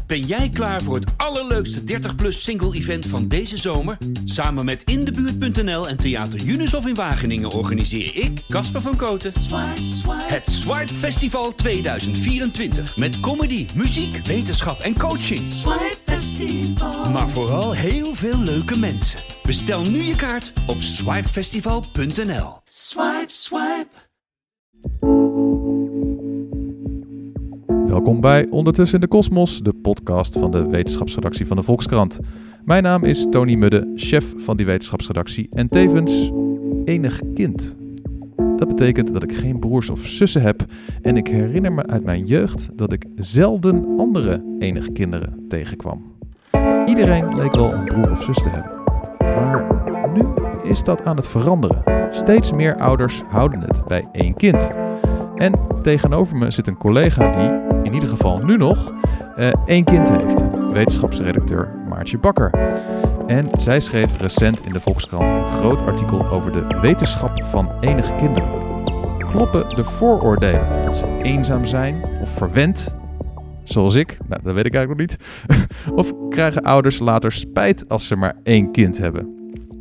Ben jij klaar voor het allerleukste 30-plus single-event van deze zomer? Samen met Indebuurt.nl en Theater Junushof in Wageningen organiseer ik, Casper van Kooten, het Swipe Festival 2024. Met comedy, muziek, wetenschap en coaching. Swipe Festival. Maar vooral heel veel leuke mensen. Bestel nu je kaart op swipefestival.nl. Swipe, swipe. Welkom bij Ondertussen in de Kosmos, de podcast van de wetenschapsredactie van de Volkskrant. Mijn naam is Tony Mudde, chef van die wetenschapsredactie en tevens enig kind. Dat betekent dat ik geen broers of zussen heb en ik herinner me uit mijn jeugd dat ik zelden andere enig kinderen tegenkwam. Iedereen leek wel een broer of zus te hebben. Maar nu is dat aan het veranderen. Steeds meer ouders houden het bij één kind. En tegenover me zit een collega die, in ieder geval nu nog, één kind heeft. Wetenschapsredacteur Maartje Bakker. En zij schreef recent in de Volkskrant een groot artikel over de wetenschap van enig kinderen. Kloppen de vooroordelen dat ze eenzaam zijn of verwend, zoals ik? Nou, dat weet ik eigenlijk nog niet. Of krijgen ouders later spijt als ze maar één kind hebben?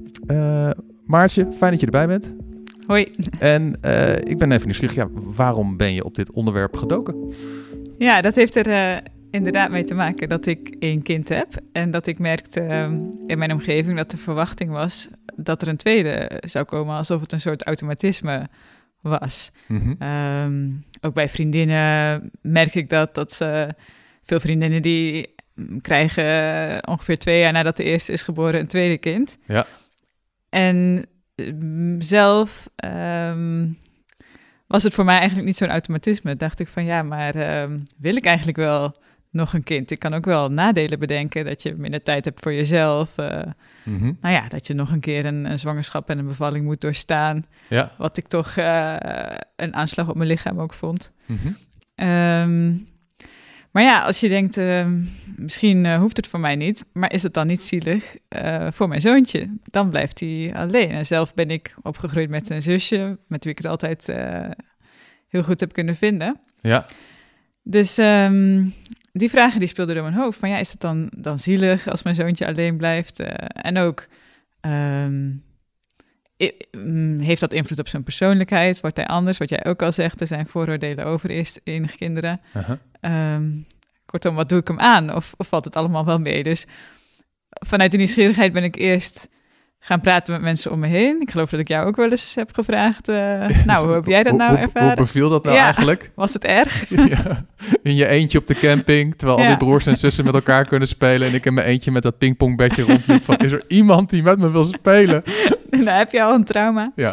Maartje, fijn dat je erbij bent. Hoi. En ik ben even nieuwsgierig, waarom ben je op dit onderwerp gedoken? Ja, dat heeft er inderdaad mee te maken dat ik één kind heb. En dat ik merkte in mijn omgeving dat de verwachting was dat er een tweede zou komen, alsof het een soort automatisme was. Mm-hmm. Ook bij vriendinnen merk ik dat veel vriendinnen die krijgen ongeveer 2 jaar nadat de eerste is geboren een tweede kind. Ja. En zelf was het voor mij eigenlijk niet zo'n automatisme. Dacht ik van wil ik eigenlijk wel nog een kind? Ik kan ook wel nadelen bedenken dat je minder tijd hebt voor jezelf. Mm-hmm. Dat je nog een keer een zwangerschap en een bevalling moet doorstaan. Ja. Wat ik toch een aanslag op mijn lichaam ook vond. Mm-hmm. Maar ja, als je denkt, misschien hoeft het voor mij niet, maar is het dan niet zielig voor mijn zoontje? Dan blijft hij alleen. En zelf ben ik opgegroeid met een zusje, met wie ik het altijd heel goed heb kunnen vinden. Ja. Dus die vragen die speelden door mijn hoofd. Van is het dan zielig als mijn zoontje alleen blijft? En ook, heeft dat invloed op zijn persoonlijkheid? Wordt hij anders? Wat jij ook al zegt, er zijn vooroordelen over enige kinderen. Uh-huh. Kortom, wat doe ik hem aan? Of valt het allemaal wel mee? Dus vanuit de nieuwsgierigheid ben ik eerst gaan praten met mensen om me heen. Ik geloof dat ik jou ook wel eens heb gevraagd. Hoe heb jij dat nou ervaren? Hoe beviel dat nou eigenlijk? Was het erg? Ja, in je eentje op de camping, terwijl al die broers en zussen met elkaar kunnen spelen en ik in mijn eentje met dat pingpongbedje rondliep van, is er iemand die met me wil spelen? Dan heb je al een trauma. Ja.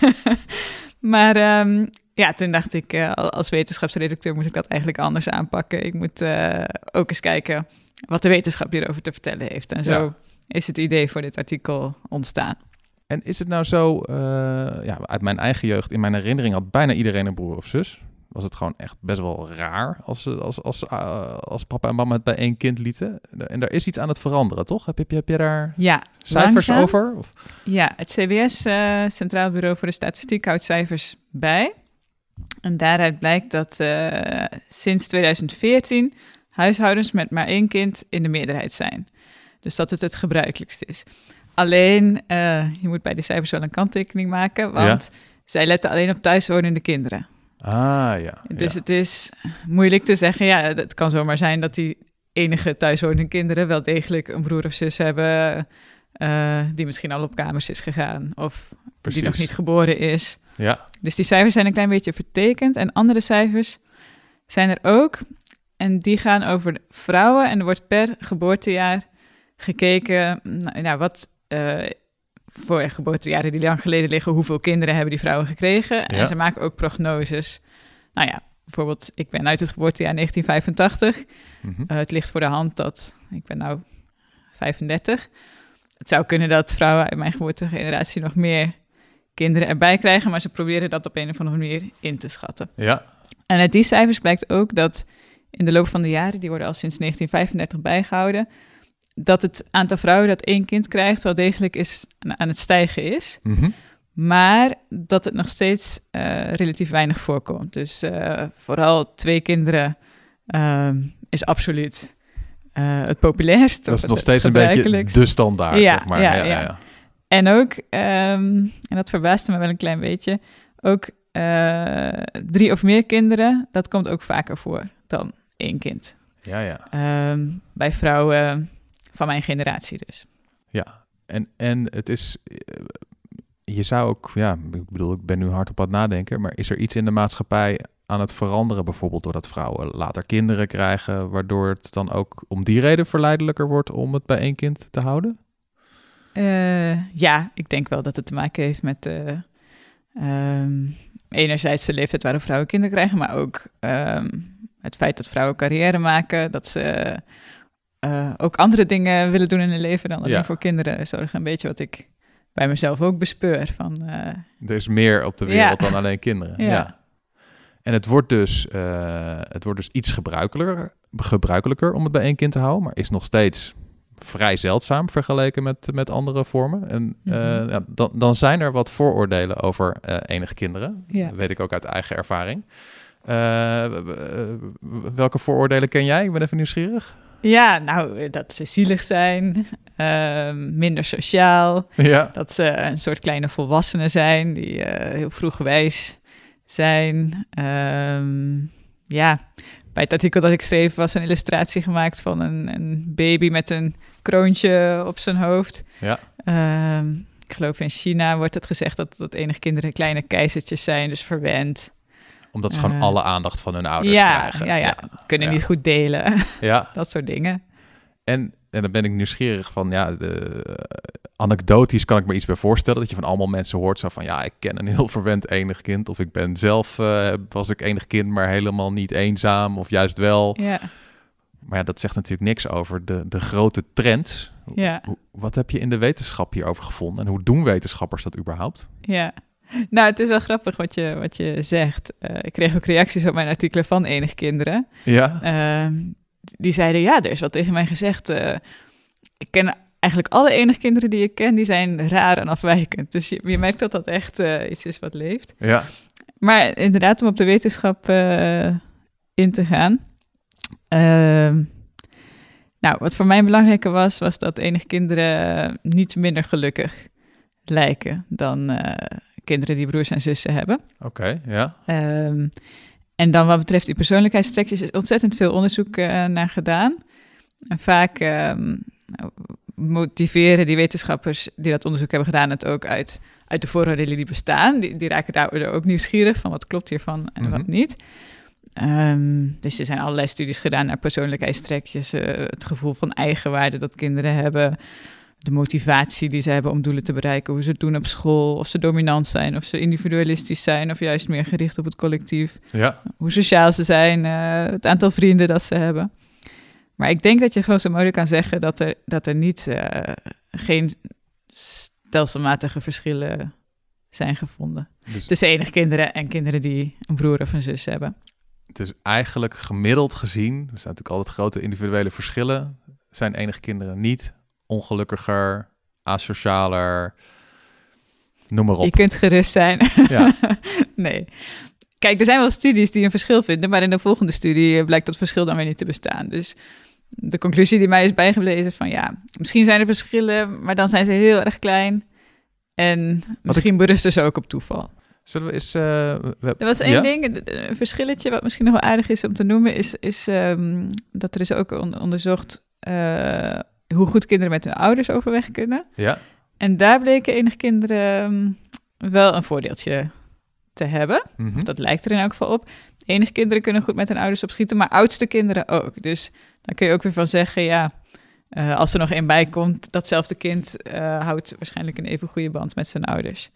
Maar toen dacht ik, als wetenschapsredacteur moet ik dat eigenlijk anders aanpakken. Ik moet ook eens kijken wat de wetenschap hierover te vertellen heeft. En zo is het idee voor dit artikel ontstaan. En is het nou zo, uit mijn eigen jeugd, in mijn herinnering had bijna iedereen een broer of zus. Was het gewoon echt best wel raar als papa en mama het bij één kind lieten. En daar is iets aan het veranderen, toch? Heb je daar cijfers langzaam over? Of? Ja, het CBS, Centraal Bureau voor de Statistiek, houdt cijfers bij. En daaruit blijkt dat sinds 2014 huishoudens met maar 1 kind in de meerderheid zijn. Dus dat het gebruikelijkst is. Alleen, je moet bij de cijfers wel een kanttekening maken, want zij letten alleen op thuiswonende kinderen. Ah, ja. Dus het is moeilijk te zeggen, het kan zomaar zijn dat die enige thuiswonende kinderen wel degelijk een broer of zus hebben, die misschien al op kamers is gegaan of die nog niet geboren is. Ja. Dus die cijfers zijn een klein beetje vertekend. En andere cijfers zijn er ook. En die gaan over vrouwen. En er wordt per geboortejaar gekeken wat voor geboortejaren die lang geleden liggen, hoeveel kinderen hebben die vrouwen gekregen. Ja. En ze maken ook prognoses. Bijvoorbeeld, ik ben uit het geboortejaar 1985. Mm-hmm. Het ligt voor de hand dat, ik ben nou 35. Het zou kunnen dat vrouwen uit mijn geboortegeneratie nog meer kinderen erbij krijgen, maar ze proberen dat op een of andere manier in te schatten. Ja. En uit die cijfers blijkt ook dat in de loop van de jaren, die worden al sinds 1935 bijgehouden, dat het aantal vrouwen dat 1 kind krijgt wel degelijk aan het stijgen is. Mm-hmm. Maar dat het nog steeds relatief weinig voorkomt. Dus vooral 2 kinderen is absoluut het populairst. Dat is of nog het steeds een beetje gebruikelijkst. de standaard, Ja, zeg maar. ja. En ook, en dat verbaasde me wel een klein beetje, ook 3 of meer kinderen, dat komt ook vaker voor dan 1 kind. Ja. Bij vrouwen van mijn generatie dus. Ja, en het is... Je zou ook... Ja, ik bedoel, ik ben nu hard op aan het nadenken, maar is er iets in de maatschappij aan het veranderen, bijvoorbeeld doordat vrouwen later kinderen krijgen, waardoor het dan ook om die reden verleidelijker wordt om het bij 1 kind te houden? Ja, ik denk wel dat het te maken heeft met enerzijds de leeftijd waarop vrouwen kinderen krijgen, maar ook het feit dat vrouwen carrière maken, dat ze ook andere dingen willen doen in hun leven dan alleen voor kinderen zorgen. Een beetje wat ik bij mezelf ook bespeur. Er is meer op de wereld dan alleen kinderen. Ja. En het wordt dus iets gebruikelijker om het bij 1 kind te houden, maar is nog steeds vrij zeldzaam vergeleken met andere vormen. En dan zijn er wat vooroordelen over enige kinderen. Dat weet ik ook uit eigen ervaring. Welke vooroordelen ken jij? Ik ben even nieuwsgierig. Ja, nou, dat ze zielig zijn, minder sociaal. Ja. Dat ze een soort kleine volwassenen zijn die heel vroeg wijs zijn. Bij het artikel dat ik schreef was een illustratie gemaakt van een baby met een kroontje op zijn hoofd. Ja. Ik geloof in China wordt het gezegd dat enige kinderen kleine keizertjes zijn, dus verwend. Omdat ze gewoon alle aandacht van hun ouders krijgen. Ja. Kunnen niet goed delen. Ja. Dat soort dingen. En dan ben ik nieuwsgierig van, anekdotisch kan ik me iets bij voorstellen, dat je van allemaal mensen hoort zo van, ik ken een heel verwend enig kind, of ik ben zelf, was ik enig kind, maar helemaal niet eenzaam, of juist wel. Ja. Maar dat zegt natuurlijk niks over de grote trends. Ja. Wat heb je in de wetenschap hierover gevonden? En hoe doen wetenschappers dat überhaupt? Ja. Nou, het is wel grappig wat je zegt. Ik kreeg ook reacties op mijn artikelen van enige kinderen. Ja. Die zeiden, er is wat tegen mij gezegd. Ik ken eigenlijk alle enige kinderen die ik ken, die zijn raar en afwijkend. Dus je merkt dat dat echt iets is wat leeft. Ja. Maar inderdaad, om op de wetenschap in te gaan. Wat voor mij belangrijker was dat enige kinderen niet minder gelukkig lijken dan kinderen die broers en zussen hebben. Oké, ja. En dan wat betreft die persoonlijkheidstrekjes is ontzettend veel onderzoek naar gedaan. En vaak motiveren die wetenschappers die dat onderzoek hebben gedaan het ook uit de vooroordelen die bestaan. Die raken daar ook nieuwsgierig van wat klopt hiervan en wat niet. Dus er zijn allerlei studies gedaan naar persoonlijkheidstrekjes, het gevoel van eigenwaarde dat kinderen hebben, de motivatie die ze hebben om doelen te bereiken, hoe ze het doen op school, of ze dominant zijn, of ze individualistisch zijn, of juist meer gericht op het collectief. Ja. Hoe sociaal ze zijn, het aantal vrienden dat ze hebben. Maar ik denk dat je grosso modo kan zeggen dat er niet geen stelselmatige verschillen zijn gevonden. Dus tussen enige kinderen en kinderen die een broer of een zus hebben. Het is eigenlijk gemiddeld gezien, er zijn natuurlijk altijd grote individuele verschillen, zijn enige kinderen niet ongelukkiger, asocialer, noem maar op. Je kunt gerust zijn. Ja. Nee. Kijk, er zijn wel studies die een verschil vinden, maar in de volgende studie blijkt dat verschil dan weer niet te bestaan. Dus de conclusie die mij is bijgebleven van misschien zijn er verschillen, maar dan zijn ze heel erg klein. En misschien berusten ze ook op toeval. Zullen we eens... Er was één ding, een verschilletje wat misschien nog wel aardig is om te noemen, is dat er is ook onderzocht hoe goed kinderen met hun ouders overweg kunnen. Ja. En daar bleken enige kinderen wel een voordeeltje te hebben. Mm-hmm. Of dat lijkt er in elk geval op. Enige kinderen kunnen goed met hun ouders opschieten, maar oudste kinderen ook. Dus daar kun je ook weer van zeggen, als er nog één bij komt, datzelfde kind houdt waarschijnlijk een even goede band met zijn ouders.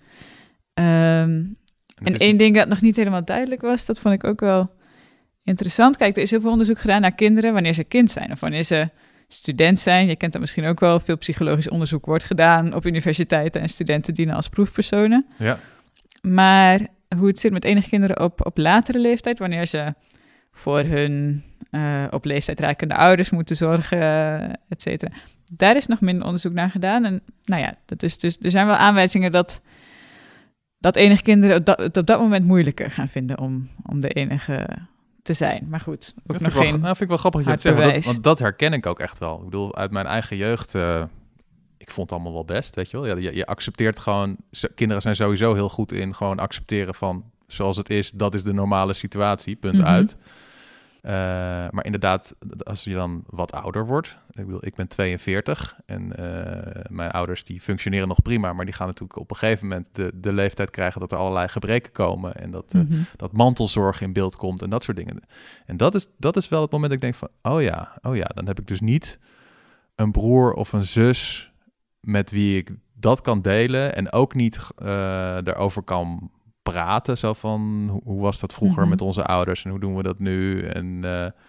En één ding dat nog niet helemaal duidelijk was, dat vond ik ook wel interessant. Kijk, er is heel veel onderzoek gedaan naar kinderen wanneer ze kind zijn of wanneer ze student zijn. Je kent dat misschien ook wel. Veel psychologisch onderzoek wordt gedaan op universiteiten en studenten dienen als proefpersonen. Ja. Maar hoe het zit met enige kinderen op latere leeftijd, wanneer ze voor hun op leeftijd rakende ouders moeten zorgen, et cetera. Daar is nog minder onderzoek naar gedaan. En dat is dus, er zijn wel aanwijzingen dat enige kinderen het op dat moment moeilijker gaan vinden om de enige te zijn. Maar goed, ook Dat nog vind geen ik wel grappig dat je het zegt, want dat herken ik ook echt wel. Ik bedoel, uit mijn eigen jeugd, ik vond het allemaal wel best, weet je wel. Ja, je accepteert gewoon, kinderen zijn sowieso heel goed in gewoon accepteren van zoals het is, dat is de normale situatie, punt uit. Maar inderdaad, als je dan wat ouder wordt, ik ben 42 en mijn ouders die functioneren nog prima, maar die gaan natuurlijk op een gegeven moment de leeftijd krijgen dat er allerlei gebreken komen en dat mantelzorg in beeld komt en dat soort dingen. En dat is wel het moment dat ik denk van, oh ja, dan heb ik dus niet een broer of een zus met wie ik dat kan delen en ook niet daarover kan praten, zo van hoe was dat vroeger met onze ouders en hoe doen we dat nu en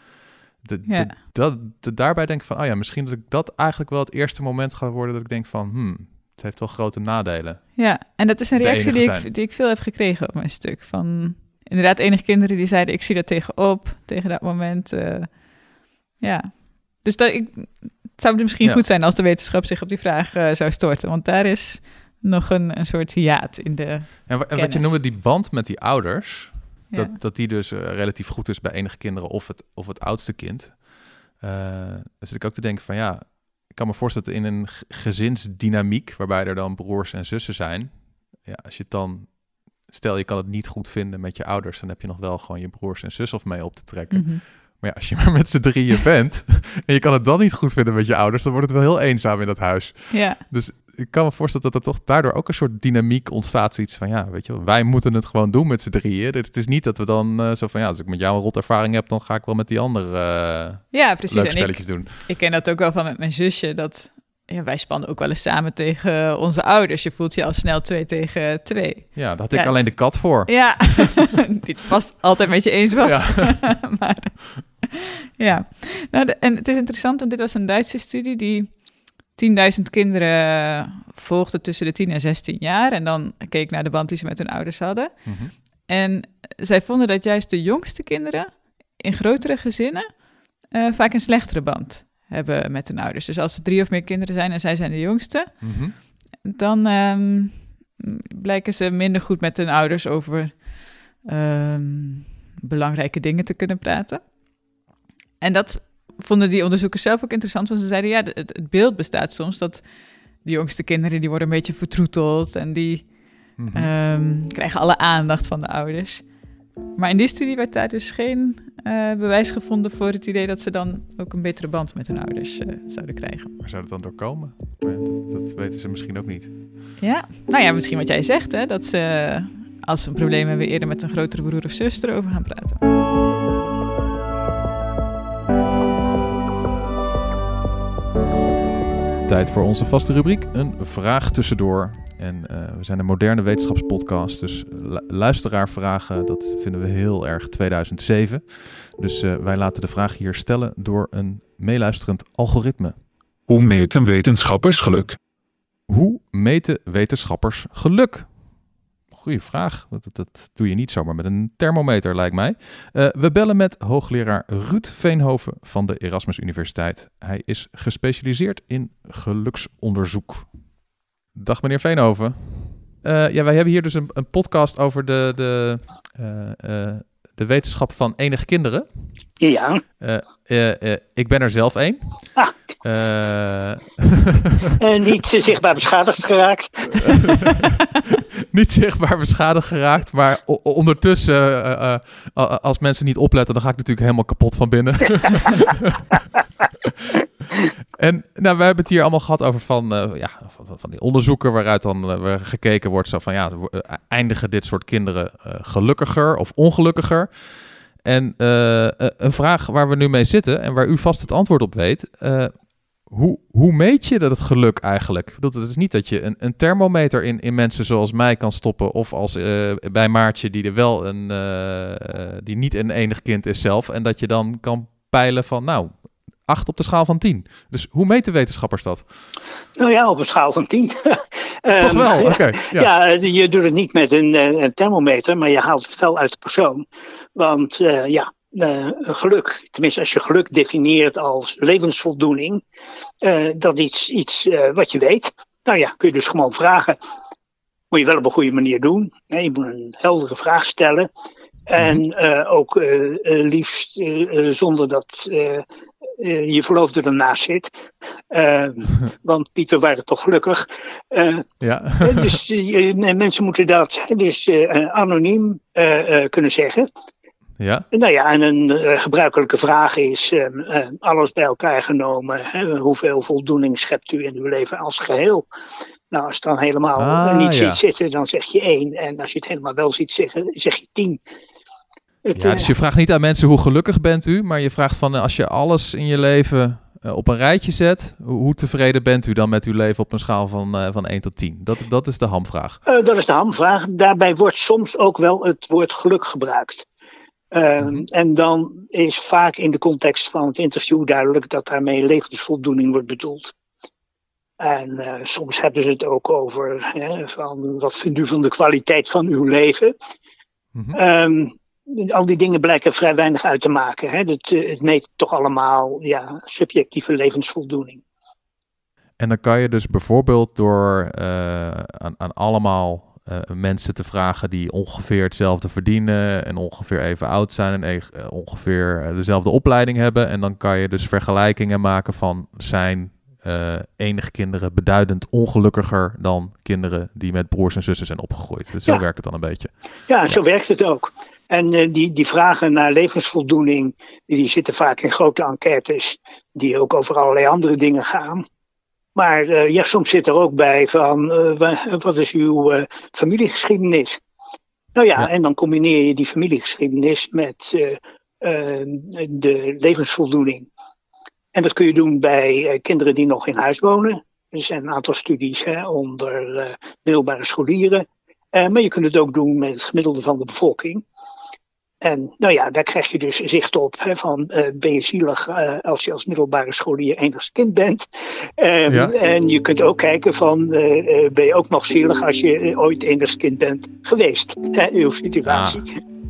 daarbij denk ik van, oh ja, misschien dat ik dat eigenlijk wel het eerste moment ga worden dat ik denk van, het heeft wel grote nadelen. Ja, en dat is een reactie die ik veel heb gekregen op mijn stuk van, inderdaad, enige kinderen die zeiden, ik zie dat tegenop, tegen dat moment, dus het zou misschien goed zijn als de wetenschap zich op die vraag zou storten, want daar is nog een soort hiaat in de en wat je noemde, die band met die ouders, dat die dus relatief goed is bij enige kinderen of het oudste kind. Dan zit ik ook te denken van, ja, ik kan me voorstellen in een gezinsdynamiek, waarbij er dan broers en zussen zijn. Ja, als je het dan, stel je kan het niet goed vinden met je ouders, dan heb je nog wel gewoon je broers en zus of mee op te trekken. Maar ja, als je maar met z'n drieën bent en je kan het dan niet goed vinden met je ouders, dan wordt het wel heel eenzaam in dat huis. Ja. Dus ik kan me voorstellen dat er toch daardoor ook een soort dynamiek ontstaat. Zoiets van, ja, weet je wel, wij moeten het gewoon doen met z'n drieën. Het is niet dat we dan zo van, ja, als ik met jou een rotervaring heb, dan ga ik wel met die andere leuke spelletjes doen. Ik ken dat ook wel van met mijn zusje, dat wij spannen ook wel eens samen tegen onze ouders. Je voelt je al snel 2 tegen 2. Ja, daar had ik alleen de kat voor. Ja, die past altijd met je eens was. Ja. Maar, en het is interessant, want dit was een Duitse studie die 10.000 kinderen volgde tussen de 10 en 16 jaar. En dan keek naar de band die ze met hun ouders hadden. En zij vonden dat juist de jongste kinderen in grotere gezinnen vaak een slechtere band hebben met hun ouders. Dus als er 3 of meer kinderen zijn en zij zijn de jongste, dan blijken ze minder goed met hun ouders over belangrijke dingen te kunnen praten. En dat vonden die onderzoekers zelf ook interessant, want ze zeiden, ja, het beeld bestaat soms dat de jongste kinderen, die worden een beetje vertroeteld en die krijgen alle aandacht van de ouders. Maar in die studie werd daar dus geen bewijs gevonden voor het idee dat ze dan ook een betere band met hun ouders zouden krijgen. Waar zou het dan door komen? Dat weten ze misschien ook niet. Ja, nou ja, misschien wat jij zegt, hè, dat ze, als ze een probleem hebben, eerder met een grotere broer of zus erover gaan praten. Tijd voor onze vaste rubriek, een vraag tussendoor. En we zijn een moderne wetenschapspodcast, dus luisteraarvragen, dat vinden we heel erg 2007. Dus wij laten de vraag hier stellen door een meeluisterend algoritme. Hoe meten wetenschappers geluk? Hoe meten wetenschappers geluk? Goeie vraag. Dat doe je niet zomaar met een thermometer, lijkt mij. We bellen met hoogleraar Ruud Veenhoven van de Erasmus Universiteit. Hij is gespecialiseerd in geluksonderzoek. Dag meneer Veenhoven. Wij hebben hier dus een podcast over de wetenschap van enige kinderen. Ja. Ik ben er zelf één. Niet zichtbaar beschadigd geraakt. Niet zichtbaar beschadigd geraakt, maar ondertussen, als mensen niet opletten, dan ga ik natuurlijk helemaal kapot van binnen. En nou, we hebben het hier allemaal gehad over van die onderzoeken waaruit dan gekeken wordt, zo van eindigen dit soort kinderen gelukkiger of ongelukkiger? En een vraag waar we nu mee zitten en waar u vast het antwoord op weet. Hoe meet je dat geluk eigenlijk? Ik bedoel, het is niet dat je een thermometer in mensen zoals mij kan stoppen, of als bij Maartje die die niet een enig kind is zelf, en dat je dan kan peilen van 8 op de schaal van 10. Dus hoe meten wetenschappers dat? Nou ja, op een schaal van 10. Toch wel? Oké. Ja, je doet het niet met een thermometer, maar je haalt het wel uit de persoon. Want geluk, tenminste als je geluk definieert als levensvoldoening, dat is iets wat je weet. Nou ja, kun je dus gewoon vragen. Moet je wel op een goede manier doen. Je moet een heldere vraag stellen. En ook liefst zonder dat je verloofde ernaast zit. Want Pieter waren toch gelukkig. Dus mensen moeten dat dus anoniem kunnen zeggen. Ja. Nou ja, en een gebruikelijke vraag is, alles bij elkaar genomen, hoeveel voldoening schept u in uw leven als geheel? Nou, als het dan helemaal niet ziet zitten, dan zeg je 1. En als je het helemaal wel ziet zitten, zeg je 10. Dus je vraagt niet aan mensen hoe gelukkig bent u, maar je vraagt van als je alles in je leven op een rijtje zet, hoe tevreden bent u dan met uw leven op een schaal van 1 tot 10? Dat is de hamvraag. Dat is de hamvraag. Daarbij wordt soms ook wel het woord geluk gebruikt. En dan is vaak in de context van het interview duidelijk dat daarmee levensvoldoening wordt bedoeld. En soms hebben ze het ook over van wat vindt u van de kwaliteit van uw leven. Al die dingen blijken vrij weinig uit te maken. Het meet toch allemaal subjectieve levensvoldoening. En dan kan je dus bijvoorbeeld door aan allemaal mensen te vragen die ongeveer hetzelfde verdienen en ongeveer even oud zijn en ongeveer dezelfde opleiding hebben. En dan kan je dus vergelijkingen maken van zijn enige kinderen beduidend ongelukkiger dan kinderen die met broers en zussen zijn opgegroeid. Dus zo werkt het dan een beetje. Ja, zo werkt het ook. En die vragen naar levensvoldoening, die zitten vaak in grote enquêtes die ook over allerlei andere dingen gaan. Maar soms zit er ook bij van, wat is uw familiegeschiedenis? Nou ja, en dan combineer je die familiegeschiedenis met de levensvoldoening. En dat kun je doen bij kinderen die nog in huis wonen. Er zijn een aantal studies onder middelbare scholieren. Maar je kunt het ook doen met het gemiddelde van de bevolking. En daar krijg je dus zicht op van ben je zielig als je als middelbare scholier enigst kind bent. En je kunt ook kijken van ben je ook nog zielig als je ooit enigst kind bent geweest in uw situatie.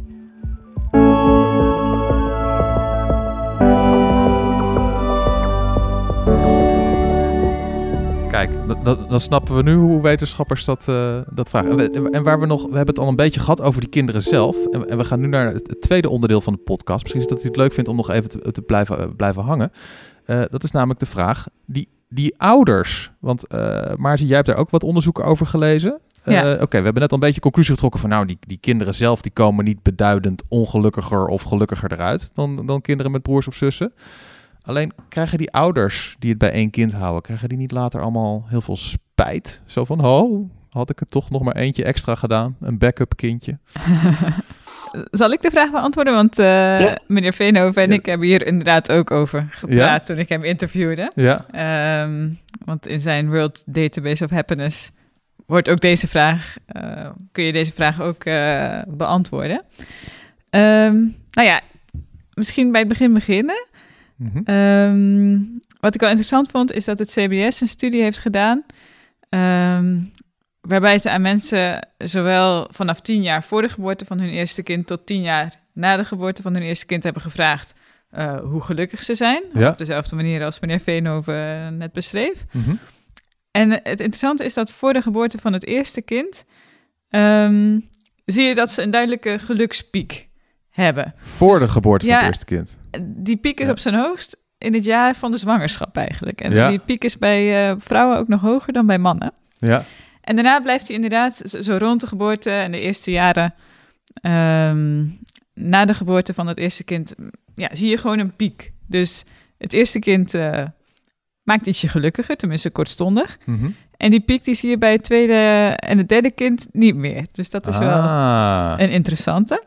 Kijk, dan snappen we nu hoe wetenschappers dat vragen. En waar we hebben het al een beetje gehad over die kinderen zelf. En we gaan nu naar het tweede onderdeel van de podcast. Misschien is dat u het leuk vindt om nog even te blijven hangen. Dat is namelijk de vraag, die ouders. Want Maartje, jij hebt daar ook wat onderzoeken over gelezen. Ja. Oké, we hebben net al een beetje conclusie getrokken van die kinderen zelf die komen niet beduidend ongelukkiger of gelukkiger eruit dan kinderen met broers of zussen. Alleen krijgen die ouders die het bij 1 kind houden, krijgen die niet later allemaal heel veel spijt? Zo van, had ik het toch nog maar eentje extra gedaan? Een backup kindje? Zal ik de vraag beantwoorden? Want meneer Veenhoven en ik hebben hier inderdaad ook over gepraat toen ik hem interviewde. Ja. Want in zijn World Database of Happiness wordt ook deze vraag, kun je deze vraag ook beantwoorden. Misschien bij het begin beginnen. Wat ik wel interessant vond, is dat het CBS een studie heeft gedaan, waarbij ze aan mensen zowel vanaf 10 jaar voor de geboorte van hun eerste kind tot 10 jaar na de geboorte van hun eerste kind hebben gevraagd hoe gelukkig ze zijn. Op dezelfde manier als meneer Veenhoven net beschreef. En het interessante is dat voor de geboorte van het eerste kind zie je dat ze een duidelijke gelukspiek hebben. Voor de geboorte van het eerste kind? Die piek is op zijn hoogst in het jaar van de zwangerschap eigenlijk. En die piek is bij vrouwen ook nog hoger dan bij mannen. Ja. En daarna blijft hij inderdaad zo rond de geboorte en de eerste jaren na de geboorte van het eerste kind, zie je gewoon een piek. Dus het eerste kind maakt ietsje gelukkiger, tenminste kortstondig. En die piek die zie je bij het tweede en het derde kind niet meer. Dus dat is wel een interessante.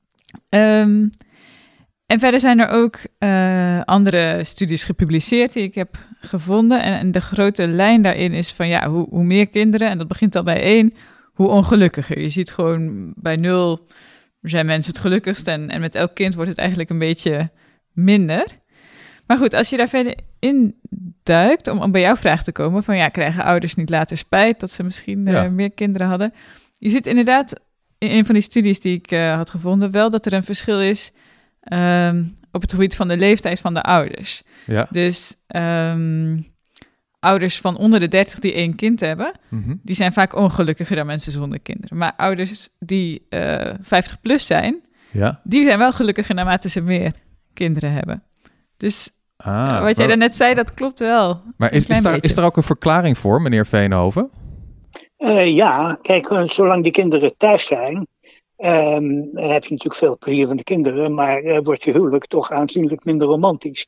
En verder zijn er ook andere studies gepubliceerd die ik heb gevonden. En de grote lijn daarin is van hoe meer kinderen, en dat begint al bij 1, hoe ongelukkiger. Je ziet gewoon bij 0 zijn mensen het gelukkigst en met elk kind wordt het eigenlijk een beetje minder. Maar goed, als je daar verder in duikt, om bij jouw vraag te komen van krijgen ouders niet later spijt dat ze misschien meer kinderen hadden? Je ziet inderdaad in een van die studies die ik had gevonden wel dat er een verschil is op het gebied van de leeftijd van de ouders. Ja. Dus ouders van onder de 30 die 1 kind hebben, die zijn vaak ongelukkiger dan mensen zonder kinderen. Maar ouders die 50 plus zijn, Ja. Die zijn wel gelukkiger naarmate ze meer kinderen hebben. Dus wat jij daarnet zei, dat klopt wel. Maar is er ook een verklaring voor, meneer Veenhoven? Ja, kijk, zolang die kinderen thuis zijn, dan heb je natuurlijk veel plezier van de kinderen, maar wordt je huwelijk toch aanzienlijk minder romantisch.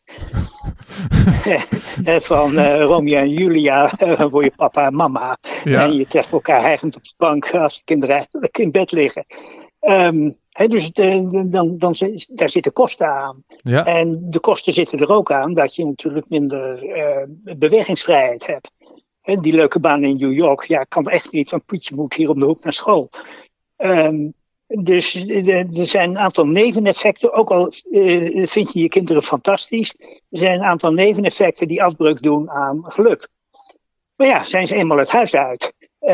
Van Romeo en Julia word je papa en mama. Ja. En je treft elkaar hijgend op de bank als de kinderen eigenlijk in bed liggen. Dus daar zitten kosten aan. Ja. En de kosten zitten er ook aan dat je natuurlijk minder bewegingsvrijheid hebt. Die leuke baan in New York, ja, kan echt niet, want Pietje moet hier om de hoek naar school. Dus er zijn een aantal neveneffecten, ook al vind je je kinderen fantastisch, er zijn een aantal neveneffecten die afbreuk doen aan geluk. Maar ja, zijn ze eenmaal het huis uit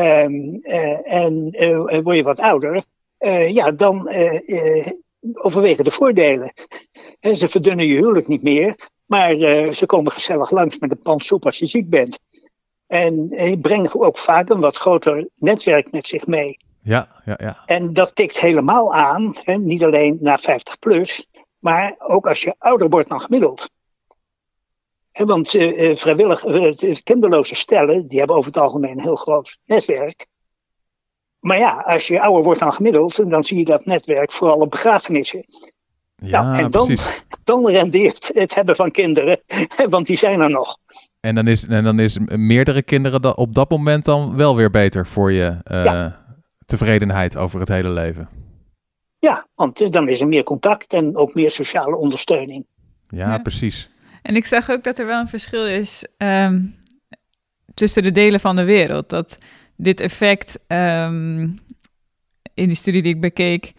en word je wat ouder, dan overwegen de voordelen. Ze verdunnen je huwelijk niet meer, maar ze komen gezellig langs met een pan soep als je ziek bent. En brengen ook vaak een wat groter netwerk met zich mee. Ja. En dat tikt helemaal aan, niet alleen na 50 plus, maar ook als je ouder wordt dan gemiddeld. Want kinderloze stellen, die hebben over het algemeen een heel groot netwerk. Maar ja, als je ouder wordt dan gemiddeld, dan zie je dat netwerk vooral op begrafenissen. Ja, en dan rendeert het hebben van kinderen, want die zijn er nog. En dan is meerdere kinderen op dat moment dan wel weer beter voor je tevredenheid over het hele leven. Ja, want dan is er meer contact en ook meer sociale ondersteuning. Ja, precies. En ik zag ook dat er wel een verschil is tussen de delen van de wereld. Dat dit effect in die studie die ik bekeek,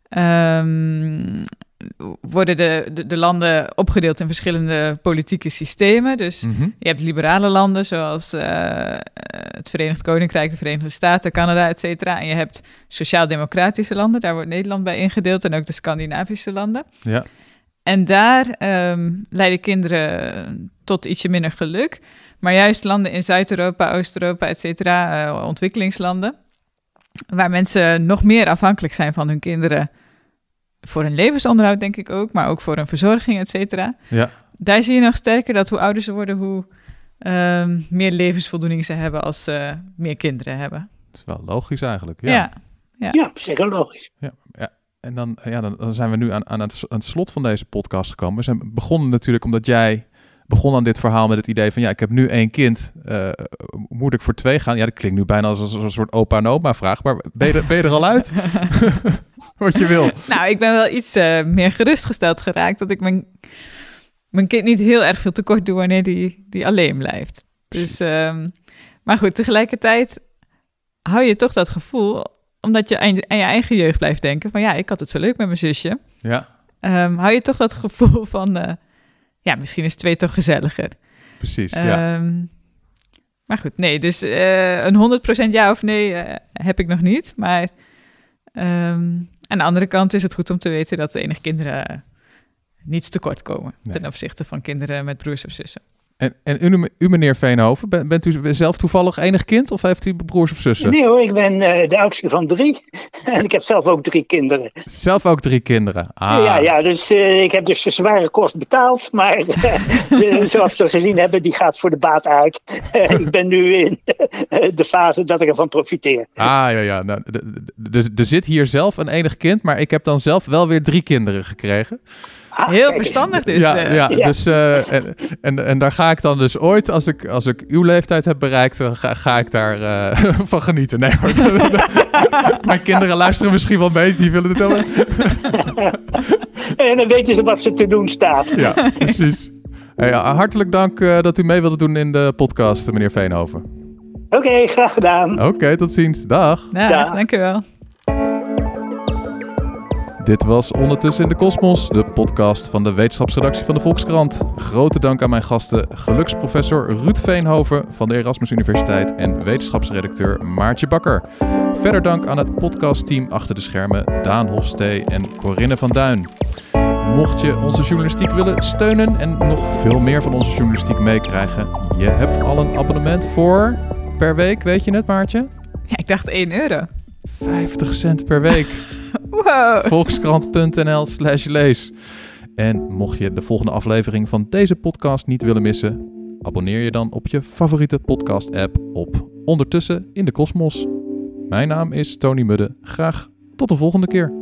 worden de landen opgedeeld in verschillende politieke systemen. Dus je hebt liberale landen zoals het Verenigd Koninkrijk, de Verenigde Staten, Canada, et cetera. En je hebt sociaal-democratische landen, daar wordt Nederland bij ingedeeld en ook de Scandinavische landen. Ja. En daar leiden kinderen tot ietsje minder geluk. Maar juist landen in Zuid-Europa, Oost-Europa, et cetera, ontwikkelingslanden, waar mensen nog meer afhankelijk zijn van hun kinderen, voor hun levensonderhoud denk ik ook, maar ook voor hun verzorging, et cetera. Ja. Daar zie je nog sterker dat hoe ouder ze worden, hoe meer levensvoldoening ze hebben als ze meer kinderen hebben. Dat is wel logisch eigenlijk. Ja, zeker logisch. Ja. En dan zijn we nu aan het slot van deze podcast gekomen. We zijn begonnen natuurlijk omdat jij begon aan dit verhaal met het idee van, ik heb nu 1 kind, moet ik voor 2 gaan? Ja, dat klinkt nu bijna als een soort opa en oma vraag, maar ben je er al uit? Wat je wil. Nou, ik ben wel iets meer gerustgesteld geraakt dat ik mijn kind niet heel erg veel tekort doe wanneer die alleen blijft. Dus, maar goed, tegelijkertijd hou je toch dat gevoel, omdat je aan je eigen jeugd blijft denken van, ik had het zo leuk met mijn zusje. Ja. Hou je toch dat gevoel van, misschien is 2 toch gezelliger. Precies, ja. Maar goed, nee, dus een 100% ja of nee heb ik nog niet. Maar aan de andere kant is het goed om te weten dat de enige kinderen niets tekort komen ten opzichte van kinderen met broers of zussen. En u, meneer Veenhoven, bent u zelf toevallig enig kind of heeft u broers of zussen? Nee hoor, ik ben de oudste van 3 en ik heb zelf ook 3 kinderen. Zelf ook 3 kinderen? Ah. Ja, dus ik heb dus de zware kost betaald, maar zoals we gezien hebben, die gaat voor de baat uit. Ik ben nu in de fase dat ik ervan profiteer. Ja. Nou, er zit hier zelf een enig kind, maar ik heb dan zelf wel weer 3 kinderen gekregen. Heel verstandig dus. Ja. Dus, en daar ga ik dan dus ooit, als ik uw leeftijd heb bereikt, ga ik daar van genieten. Nee hoor. Mijn kinderen luisteren misschien wel mee, die willen het wel. En dan weten ze wat ze te doen staat. Ja, precies. Hey, hartelijk dank dat u mee wilde doen in de podcast, meneer Veenhoven. Oké, graag gedaan. Oké, tot ziens. Dag. Dag, dank u wel. Dit was Ondertussen in de Kosmos, de podcast van de wetenschapsredactie van de Volkskrant. Grote dank aan mijn gasten, geluksprofessor Ruud Veenhoven van de Erasmus Universiteit en wetenschapsredacteur Maartje Bakker. Verder dank aan het podcastteam achter de schermen Daan Hofstee en Corinne van Duin. Mocht je onze journalistiek willen steunen en nog veel meer van onze journalistiek meekrijgen, je hebt al een abonnement voor per week, weet je het Maartje? Ja, ik dacht €1. 50 cent per week. Wow. Wow. Volkskrant.nl/lees. En mocht je de volgende aflevering van deze podcast niet willen missen, abonneer je dan op je favoriete podcast-app op Ondertussen in de Kosmos. Mijn naam is Tony Mudde. Graag tot de volgende keer.